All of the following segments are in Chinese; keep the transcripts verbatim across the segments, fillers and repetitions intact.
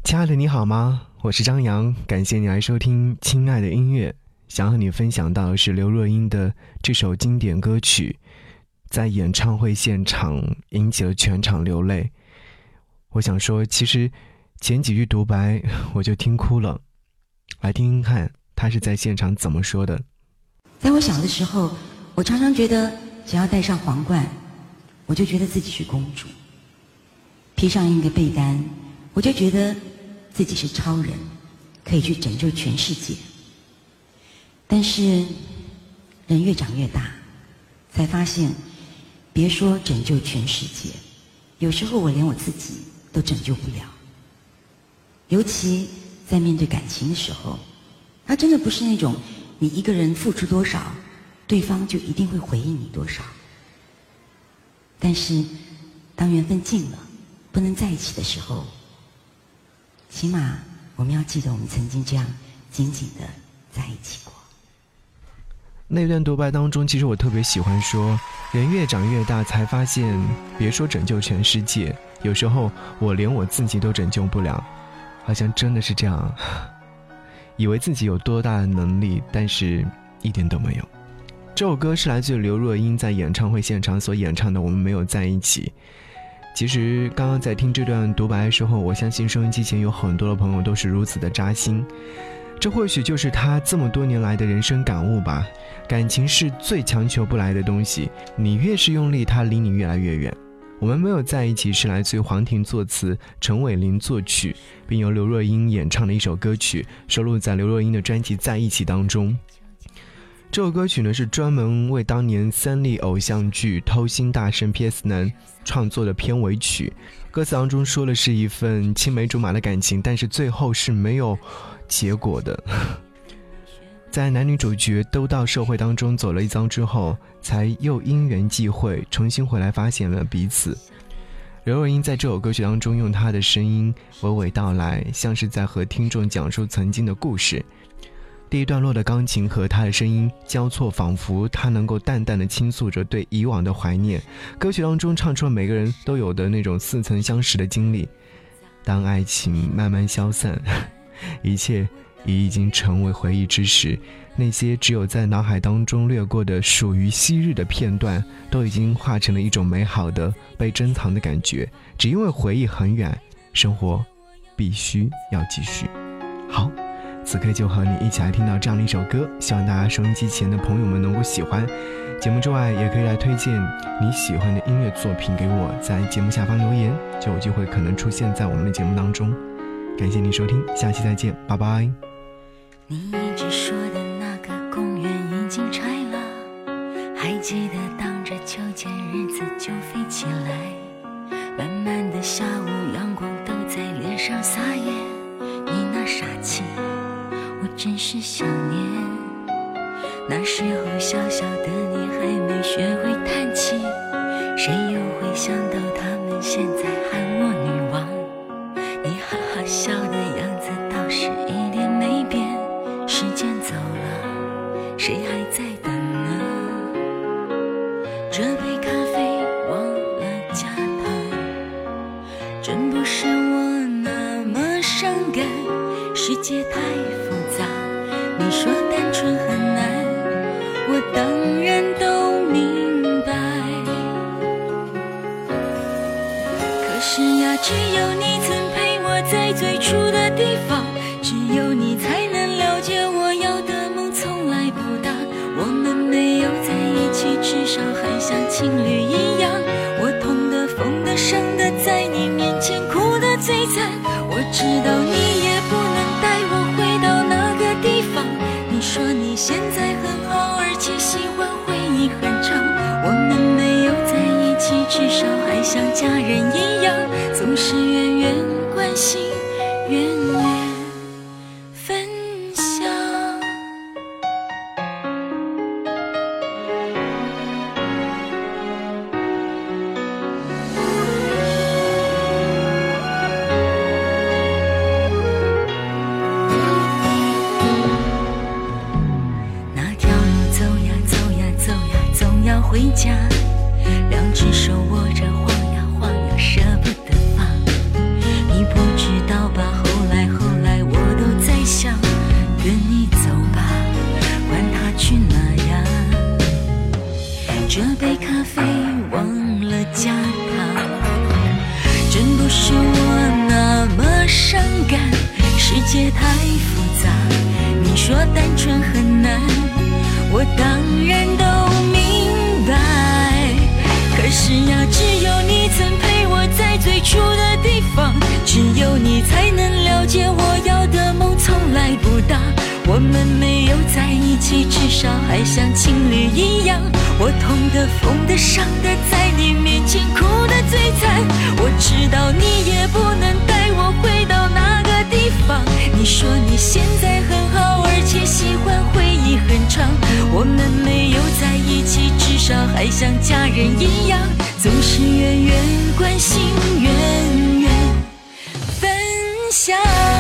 亲爱的你好吗？我是张扬，感谢你来收听亲爱的音乐。想和你分享到的是刘若英的这首经典歌曲，在演唱会现场引起了全场流泪。我想说，其实前几句独白我就听哭了，来听听看她是在现场怎么说的。 在我小的时候，我常常觉得只要戴上皇冠，我就觉得自己是公主，披上一个被单，我就觉得自己是超人，可以去拯救全世界。但是人越长越大，才发现别说拯救全世界，有时候我连我自己都拯救不了。尤其在面对感情的时候，它真的不是那种你一个人付出多少，对方就一定会回应你多少。但是当缘分尽了，不能在一起的时候，起码我们要记得我们曾经这样紧紧的在一起过。 那段独白当中，其实我特别喜欢说，人越长越大才发现，别说拯救全世界，有时候我连我自己都拯救不了。好像真的是这样，以为自己有多大的能力，但是一点都没有。这首歌是来自刘若英在演唱会现场所演唱的《我们没有在一起》。其实刚刚在听这段独白的时候，我相信收音机前有很多的朋友都是如此的扎心。这或许就是他这么多年来的人生感悟吧。感情是最强求不来的东西，你越是用力，它离你越来越远。我们没有在一起是来自于黄婷作词，陈伟霆作曲，并由刘若英演唱的一首歌曲，收录在刘若英的专辑《在一起》当中。这首歌曲呢，是专门为当年三立偶像剧《偷心大圣 P S 男》创作的片尾曲。歌词当中说的是一份青梅竹马的感情，但是最后是没有结果的。在男女主角都到社会当中走了一遭之后，才又因缘际会重新回来发现了彼此。刘若英在这首歌曲当中用她的声音娓娓道来，像是在和听众讲述曾经的故事。第一段落的钢琴和她的声音交错，仿佛她能够淡淡的倾诉着对以往的怀念。歌曲当中唱出了每个人都有的那种似曾相识的经历。当爱情慢慢消散，一切已经成为回忆之时，那些只有在脑海当中掠过的属于昔日的片段，都已经化成了一种美好的被珍藏的感觉。只因为回忆很远，生活必须要继续。好，此刻就和你一起来听到这样的一首歌，希望大家收音机前的朋友们能够喜欢。节目之外也可以来推荐你喜欢的音乐作品给我，在节目下方留言，就有机会可能出现在我们的节目当中。感谢你收听，下期再见，拜拜。 你一直说的那个公园已经拆了，还记得当着秋千日子就飞起来，慢慢的下午阳光都在脸上撒野，你那傻气我真是想念。那时候小小的你还没学会叹气，谁又会想到他们现在喊我女王。你哈哈笑的样子倒是一点没变，时间走了，谁还在等呢？这杯咖啡忘了加糖，真不是我那么伤感，世界太复杂，你说单纯很难，我当然都明白。可是呀，只有你曾陪我在最初的地方，只有你才能了解我要的梦从来不大。我们没有在一起，至少还像情侣一样，我痛的疯的伤的在你面前哭得最惨。我知道你也不能带我回到那个地方，你说你现在很好，而且喜欢回忆很长。我们没有在一起，至少还像家人一样，总是远远关心，远远分享。那条路走呀走呀走呀，总要回家，两只手握着晃呀晃呀，舍不得放。你不知道吧，后伤感，世界太复杂，你说单纯很难，我当然都明白。可是呀，只有你曾陪我在最初的地方，只有你才能了解我要的梦从来不大。我们没有在一起，至少还像情侣一样。我痛的、疯的、伤的，在你面前哭得最惨。我知道你也不能带我回到那个地方。你说你现在很好，而且喜欢回忆很长。我们没有在一起，至少还像家人一样，总是远远关心，远远分享。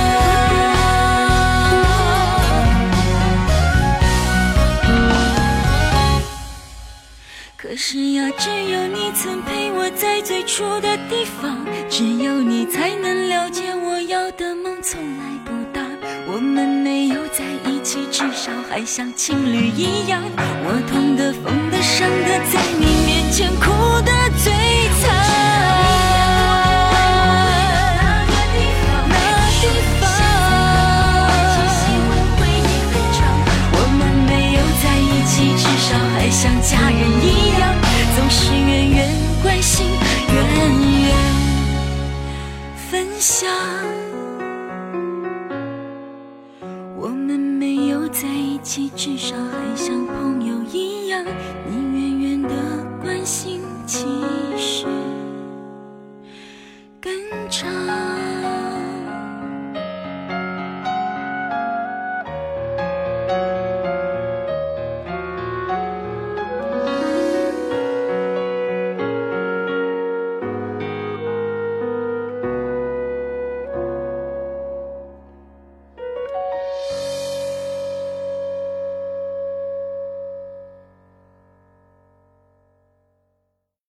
可是呀，只有你曾陪我在最初的地方，只有你才能了解我要的梦从来不大。我们没有在一起，至少还像情侣一样。我痛的、疯的、伤的，在你面前哭得最惨。至少还像家人一样，总是远远关心，远远分享。我们没有在一起，至少还像朋友一样，你远远的关心，其实